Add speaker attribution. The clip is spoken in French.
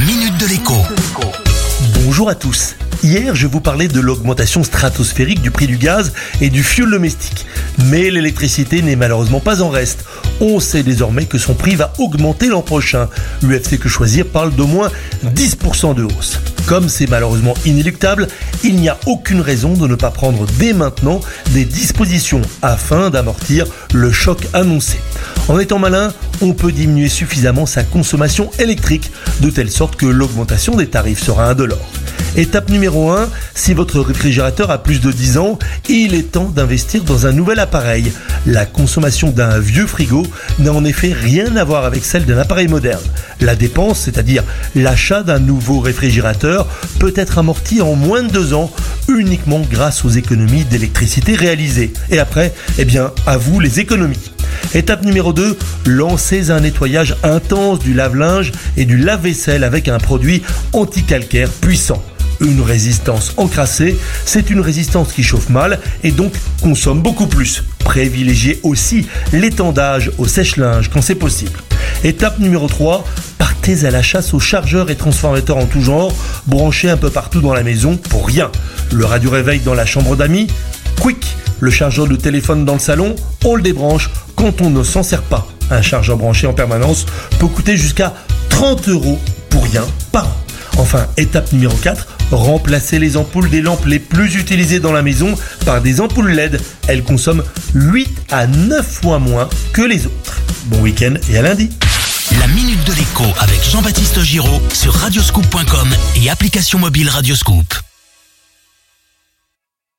Speaker 1: minute de l'écho.
Speaker 2: Bonjour à tous. Hier, je vous parlais de l'augmentation stratosphérique du prix du gaz et du fioul domestique. Mais l'électricité n'est malheureusement pas en reste. On sait désormais que son prix va augmenter l'an prochain. L'UFC Que Choisir parle d'au moins 10% de hausse. Comme c'est malheureusement inéluctable, il n'y a aucune raison de ne pas prendre dès maintenant des dispositions afin d'amortir le choc annoncé. En étant malin, on peut diminuer suffisamment sa consommation électrique, de telle sorte que l'augmentation des tarifs sera indolore. Étape numéro 1, si votre réfrigérateur a plus de 10 ans, il est temps d'investir dans un nouvel appareil. La consommation d'un vieux frigo n'a en effet rien à voir avec celle d'un appareil moderne. La dépense, c'est-à-dire l'achat d'un nouveau réfrigérateur, peut être amortie en moins de 2 ans, uniquement grâce aux économies d'électricité réalisées. Et après, à vous les économies. Étape numéro 2, lancez un nettoyage intense du lave-linge et du lave-vaisselle avec un produit anti-calcaire puissant. Une résistance encrassée, c'est une résistance qui chauffe mal et donc consomme beaucoup plus. Privilégiez aussi l'étendage au sèche-linge quand c'est possible. Étape numéro 3, partez à la chasse aux chargeurs et transformateurs en tout genre, branchez un peu partout dans la maison pour rien. Le radio-réveil dans la chambre d'amis, quick. Le chargeur de téléphone dans le salon, on le débranche quand on ne s'en sert pas. Un chargeur branché en permanence peut coûter jusqu'à 30 € pour rien par an. Enfin, étape numéro 4, remplacez les ampoules des lampes les plus utilisées dans la maison par des ampoules LED. Elles consomment 8 à 9 fois moins que les autres. Bon week-end et à lundi.
Speaker 1: La minute de l'écho avec Jean-Baptiste Giraud sur radioscoop.com et application mobile Radioscoop.